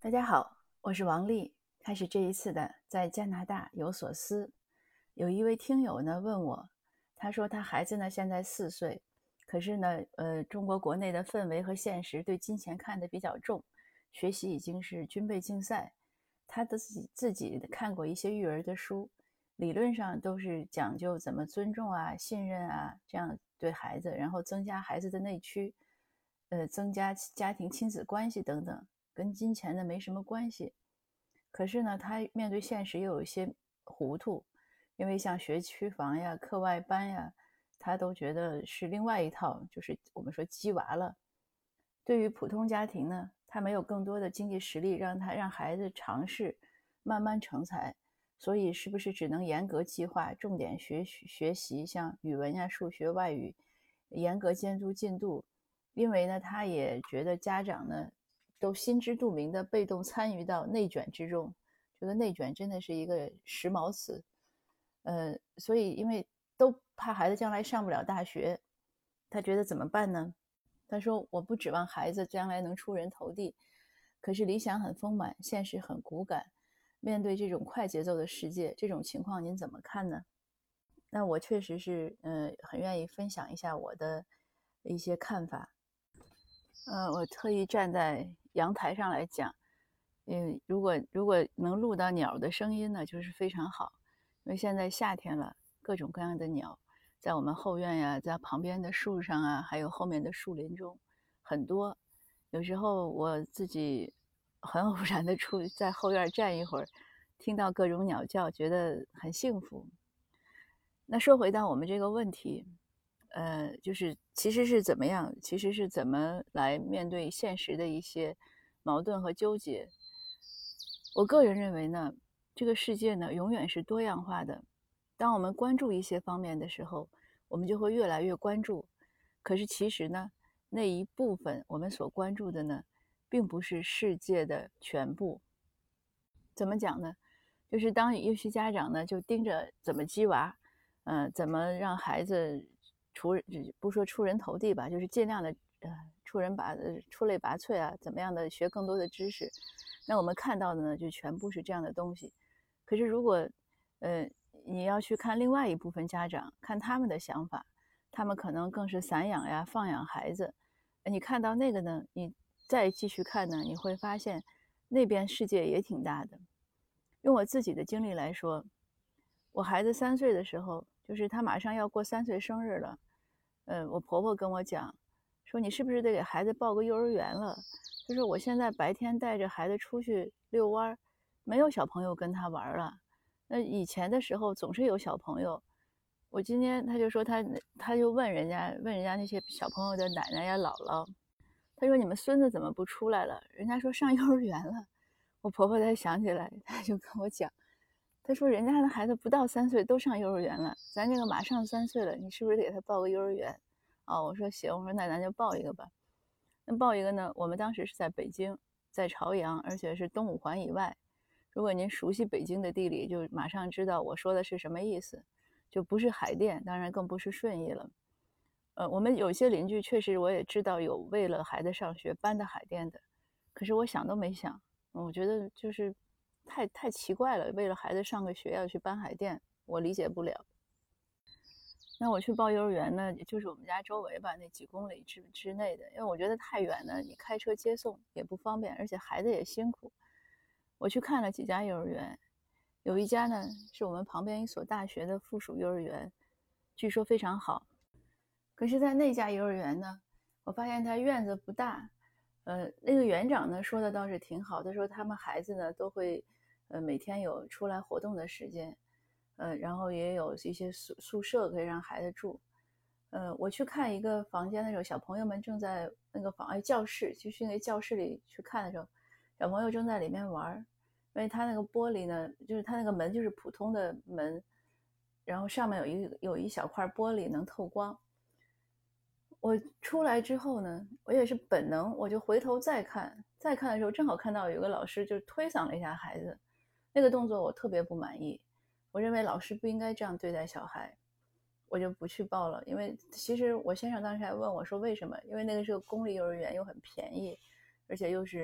大家好，我是王丽。开始这一次的在加拿大有所思。有一位听友呢问我，他说他孩子呢现在4岁，可是呢，中国国内的氛围和现实对金钱看得比较重，学习已经是军备竞赛。他自己看过一些育儿的书，理论上都是讲究怎么尊重啊、信任啊，这样对孩子，然后增加孩子的内驱，增加家庭亲子关系等等。跟金钱呢没什么关系。可是呢，他面对现实又有一些糊涂，因为像学区房呀、课外班呀，他都觉得是另外一套，就是我们说鸡娃了。对于普通家庭呢，他没有更多的经济实力让孩子尝试慢慢成才，所以是不是只能严格计划，重点学习像语文呀、数学、外语，严格监督进度。因为呢，他也觉得家长呢都心知肚明的被动参与到内卷之中。这个内卷真的是一个时髦词。所以因为都怕孩子将来上不了大学，他觉得怎么办呢？他说我不指望孩子将来能出人头地，可是理想很丰满，现实很骨感。面对这种快节奏的世界，这种情况您怎么看呢？那我确实是很愿意分享一下我的一些看法。我特意站在阳台上来讲，如果能录到鸟的声音呢，就是非常好。因为现在夏天了，各种各样的鸟，在我们后院呀，在旁边的树上啊，还有后面的树林中，很多。有时候我自己很偶然的在后院站一会儿，听到各种鸟叫，觉得很幸福。那说回到我们这个问题，就是其实是怎么样，其实是怎么来面对现实的一些矛盾和纠结。我个人认为呢，这个世界呢永远是多样化的。当我们关注一些方面的时候，我们就会越来越关注。可是其实呢，那一部分我们所关注的呢，并不是世界的全部。怎么讲呢？就是当有些家长呢，就盯着怎么鸡娃，怎么让孩子不说出人头地吧，就是尽量的出类拔萃啊，怎么样的学更多的知识。那我们看到的呢，就全部是这样的东西。可是如果呃你要去看另外一部分家长，看他们的想法，他们可能更是散养呀、放养孩子。你看到那个呢，你再继续看呢，你会发现那边世界也挺大的。用我自己的经历来说，我孩子3岁的时候，就是他马上要过3岁生日了。我婆婆跟我讲，说你是不是得给孩子报个幼儿园了？就是我现在白天带着孩子出去遛弯，没有小朋友跟他玩了。那以前的时候总是有小朋友。我今天他就说他就问人家那些小朋友的奶奶呀姥姥，他说你们孙子怎么不出来了？人家说上幼儿园了。我婆婆才想起来，她就跟我讲，她说人家的孩子不到3岁都上幼儿园了，咱这个马上3岁了，你是不是得给他报个幼儿园？我说行，我说那咱就报一个吧。那报一个呢，我们当时是在北京，在朝阳，而且是东五环以外。如果您熟悉北京的地理，就马上知道我说的是什么意思，就不是海淀，当然更不是顺义了。我们有些邻居确实我也知道有为了孩子上学搬到海淀的，可是我想都没想，我觉得就是太奇怪了，为了孩子上个学要去搬海淀，我理解不了。那我去报幼儿园呢，就是我们家周围吧，那几公里之内的，因为我觉得太远了，你开车接送也不方便，而且孩子也辛苦。我去看了几家幼儿园，有一家呢是我们旁边一所大学的附属幼儿园，据说非常好。可是在那家幼儿园呢，我发现他院子不大。那个园长呢说的倒是挺好，他说他们孩子呢都会每天有出来活动的时间，然后也有一些宿舍可以让孩子住。我去看一个房间的时候，小朋友们正在那个教室，去那个教室里去看的时候，小朋友正在里面玩。因为他那个玻璃呢，就是他那个门就是普通的门，然后上面有一小块玻璃能透光。我出来之后呢，我也是本能，我就回头再看，再看的时候正好看到有个老师就推搡了一下孩子。那个动作我特别不满意，我认为老师不应该这样对待小孩，我就不去报了。因为其实我先生当时还问我说为什么，因为那个是个公立幼儿园，又很便宜，而且又是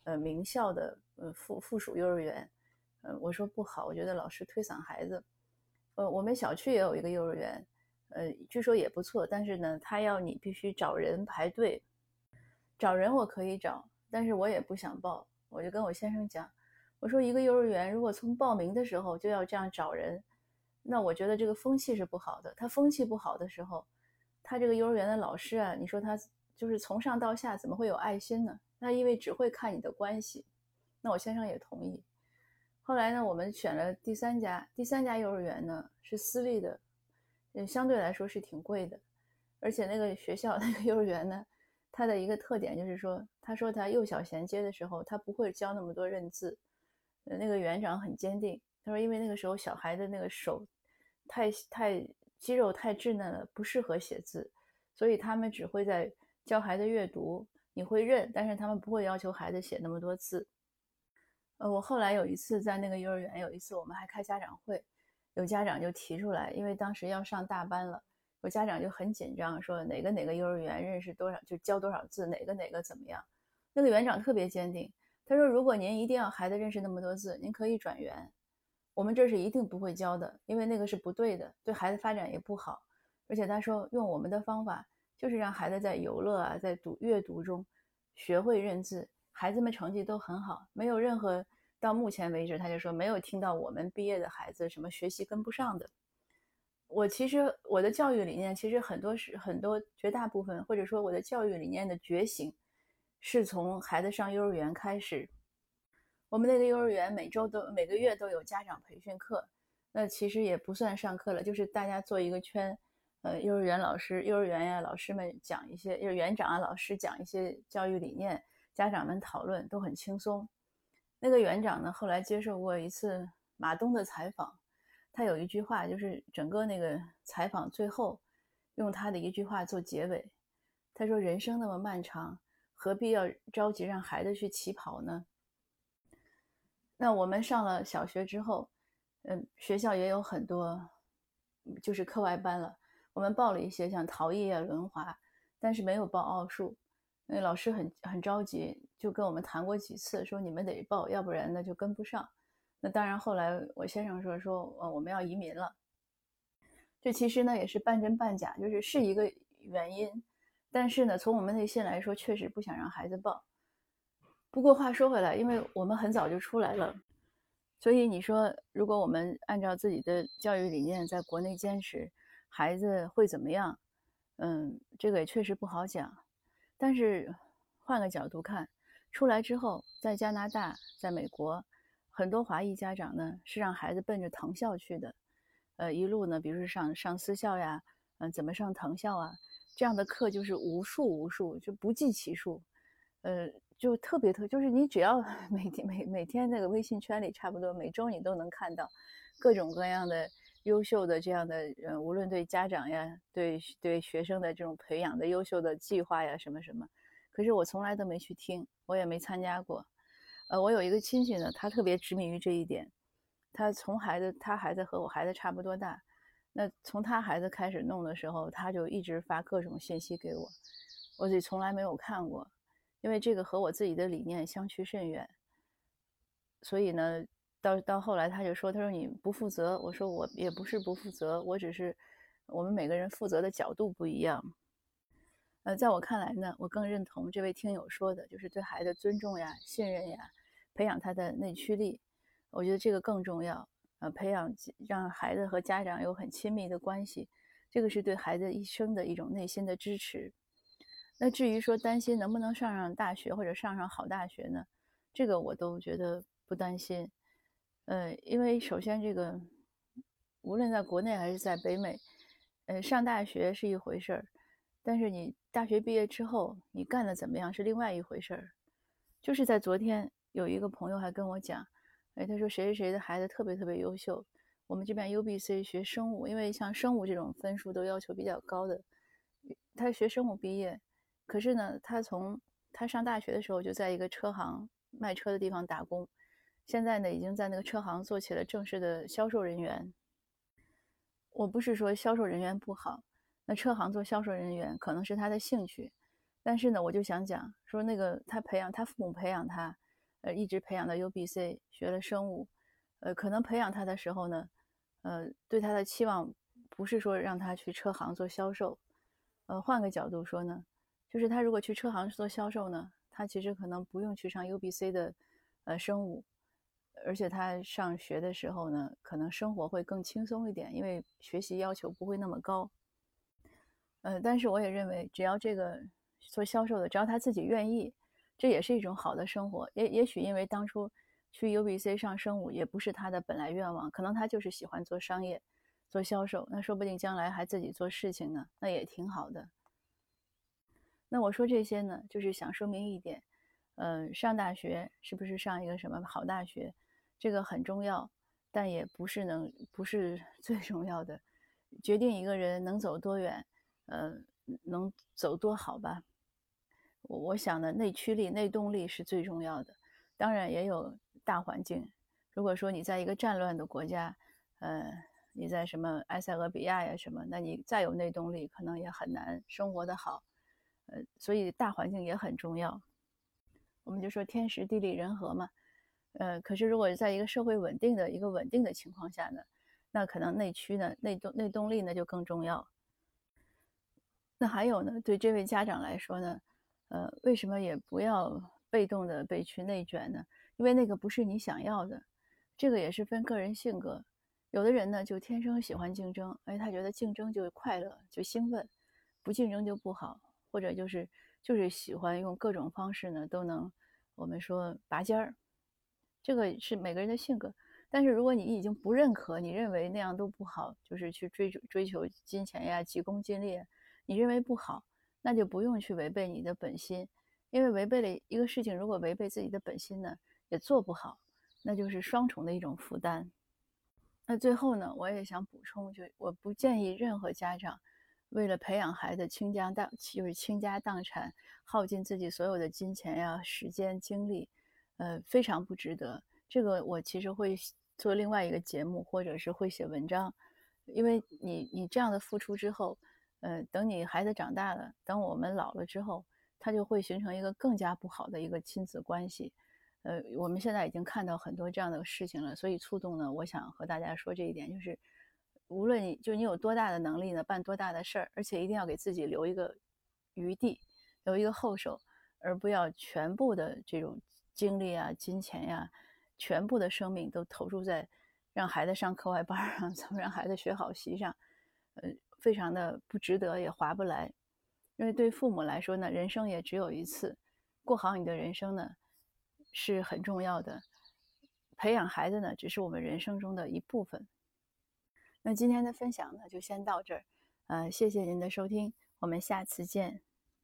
名校的附属幼儿园。我说不好，我觉得老师推搡孩子。我们小区也有一个幼儿园，据说也不错，但是呢，他要你必须找人排队。找人我可以找，但是我也不想报。我就跟我先生讲，我说一个幼儿园如果从报名的时候就要这样找人，那我觉得这个风气是不好的。他风气不好的时候，他这个幼儿园的老师啊，你说他就是从上到下怎么会有爱心呢？他因为只会看你的关系。那我先生也同意。后来呢，我们选了第三家幼儿园呢是私立的，相对来说是挺贵的。而且那个学校那个幼儿园呢，它的一个特点就是说，他说他幼小衔接的时候，他不会教那么多认字。那个园长很坚定，他说因为那个时候小孩的那个手太肌肉太稚嫩了，不适合写字，所以他们只会在教孩子阅读，你会认，但是他们不会要求孩子写那么多字。我后来有一次在那个幼儿园，有一次我们还开家长会，有家长就提出来，因为当时要上大班了，有家长就很紧张，说哪个幼儿园认识多少就教多少字，哪个怎么样。那个园长特别坚定，他说如果您一定要孩子认识那么多字，您可以转园，我们这是一定不会教的，因为那个是不对的，对孩子发展也不好。而且他说用我们的方法，就是让孩子在游乐啊，在阅读中学会认字，孩子们成绩都很好，没有任何，到目前为止他就说没有听到我们毕业的孩子什么学习跟不上的。其实我的教育理念其实很多绝大部分，或者说我的教育理念的觉醒是从孩子上幼儿园开始。我们那个幼儿园每个月都有家长培训课，那其实也不算上课了，就是大家做一个圈，幼儿园呀老师们讲一些，园长啊老师讲一些教育理念，家长们讨论都很轻松。那个园长呢后来接受过一次马东的采访，他有一句话，就是整个那个采访最后用他的一句话做结尾，他说人生那么漫长，何必要着急让孩子去起跑呢？那我们上了小学之后，学校也有很多就是课外班了，我们报了一些像陶艺啊、轮滑，但是没有报奥数。那老师很着急，就跟我们谈过几次，说你们得报，要不然呢就跟不上。那当然后来我先生说我们要移民了。这其实呢也是半真半假，是一个原因，但是呢从我们内心来说，确实不想让孩子报。不过话说回来，因为我们很早就出来了，所以你说如果我们按照自己的教育理念在国内坚持，孩子会怎么样？这个也确实不好讲。但是换个角度看，出来之后，在加拿大、在美国，很多华裔家长呢是让孩子奔着藤校去的，一路呢，比如说上私校呀，怎么上藤校啊，这样的课就是无数，就不计其数。就特别就是你只要每天那个微信圈里，差不多每周你都能看到各种各样的优秀的这样的无论对家长呀，对学生的这种培养的优秀的计划呀，什么什么。可是我从来都没去听，我也没参加过。我有一个亲戚呢，他特别执迷于这一点。他孩子和我孩子差不多大，那从他孩子开始弄的时候，他就一直发各种信息给我，我也从来没有看过。因为这个和我自己的理念相去甚远，所以呢，到后来他说你不负责，我说我也不是不负责，我只是我们每个人负责的角度不一样。在我看来呢，我更认同这位听友说的，就是对孩子尊重呀、信任呀，培养他的内驱力，我觉得这个更重要。培养让孩子和家长有很亲密的关系，这个是对孩子一生的一种内心的支持。那至于说担心能不能上大学或者上好大学呢，这个我都觉得不担心。因为首先这个无论在国内还是在北美，上大学是一回事儿，但是你大学毕业之后你干的怎么样是另外一回事儿。就是在昨天有一个朋友还跟我讲，他说谁谁谁的孩子特别优秀，我们这边 UBC 学生物，因为像生物这种分数都要求比较高的，他学生物毕业。可是呢，他上大学的时候就在一个车行卖车的地方打工，现在呢已经在那个车行做起了正式的销售人员。我不是说销售人员不好，那车行做销售人员可能是他的兴趣，但是呢，我就想讲说那个他父母培养他， 一直培养的 UBC， 学了生物，可能培养他的时候呢，对他的期望不是说让他去车行做销售，换个角度说呢，就是他如果去车行做销售呢，他其实可能不用去上 UBC 的生物，而且他上学的时候呢，可能生活会更轻松一点，因为学习要求不会那么高。但是我也认为，只要这个做销售的，只要他自己愿意，这也是一种好的生活。也许因为当初去 UBC 上生物也不是他的本来愿望，可能他就是喜欢做商业、做销售，那说不定将来还自己做事情呢，那也挺好的。那我说这些呢，就是想说明一点，上大学是不是上一个什么好大学，这个很重要，但也不是最重要的。决定一个人能走多远，能走多好吧。我想呢，内驱力、内动力是最重要的，当然也有大环境。如果说你在一个战乱的国家，你在什么埃塞俄比亚呀什么，那你再有内动力，可能也很难生活得好。所以大环境也很重要。我们就说天时地利人和嘛。可是如果在一个社会稳定的情况下呢，那可能内驱呢、内动力呢就更重要。那还有呢，对这位家长来说呢，为什么也不要被动的被去内卷呢？因为那个不是你想要的，这个也是分个人性格。有的人呢就天生喜欢竞争，他觉得竞争就快乐就兴奋，不竞争就不好，或者就是喜欢用各种方式呢都能我们说拔尖儿，这个是每个人的性格。但是如果你已经不认可，你认为那样都不好，就是去追求金钱呀、急功近利，你认为不好，那就不用去违背你的本心。因为违背了一个事情，如果违背自己的本心呢，也做不好，那就是双重的一种负担。那最后呢，我也想补充，就我不建议任何家长为了培养孩子倾家荡产，耗尽自己所有的金钱呀、时间、精力，非常不值得。这个我其实会做另外一个节目，或者是会写文章，因为你这样的付出之后，等你孩子长大了，等我们老了之后，他就会形成一个更加不好的一个亲子关系。我们现在已经看到很多这样的事情了，所以触动呢，我想和大家说这一点，就是无论你有多大的能力呢，办多大的事儿，而且一定要给自己留一个余地，留一个后手，而不要全部的这种精力啊、金钱呀、全部的生命都投注在让孩子上课外班上，怎么让孩子学好习上，非常的不值得，也划不来。因为对父母来说呢，人生也只有一次，过好你的人生呢是很重要的。培养孩子呢，只是我们人生中的一部分。那今天的分享呢，就先到这儿。谢谢您的收听，我们下次见。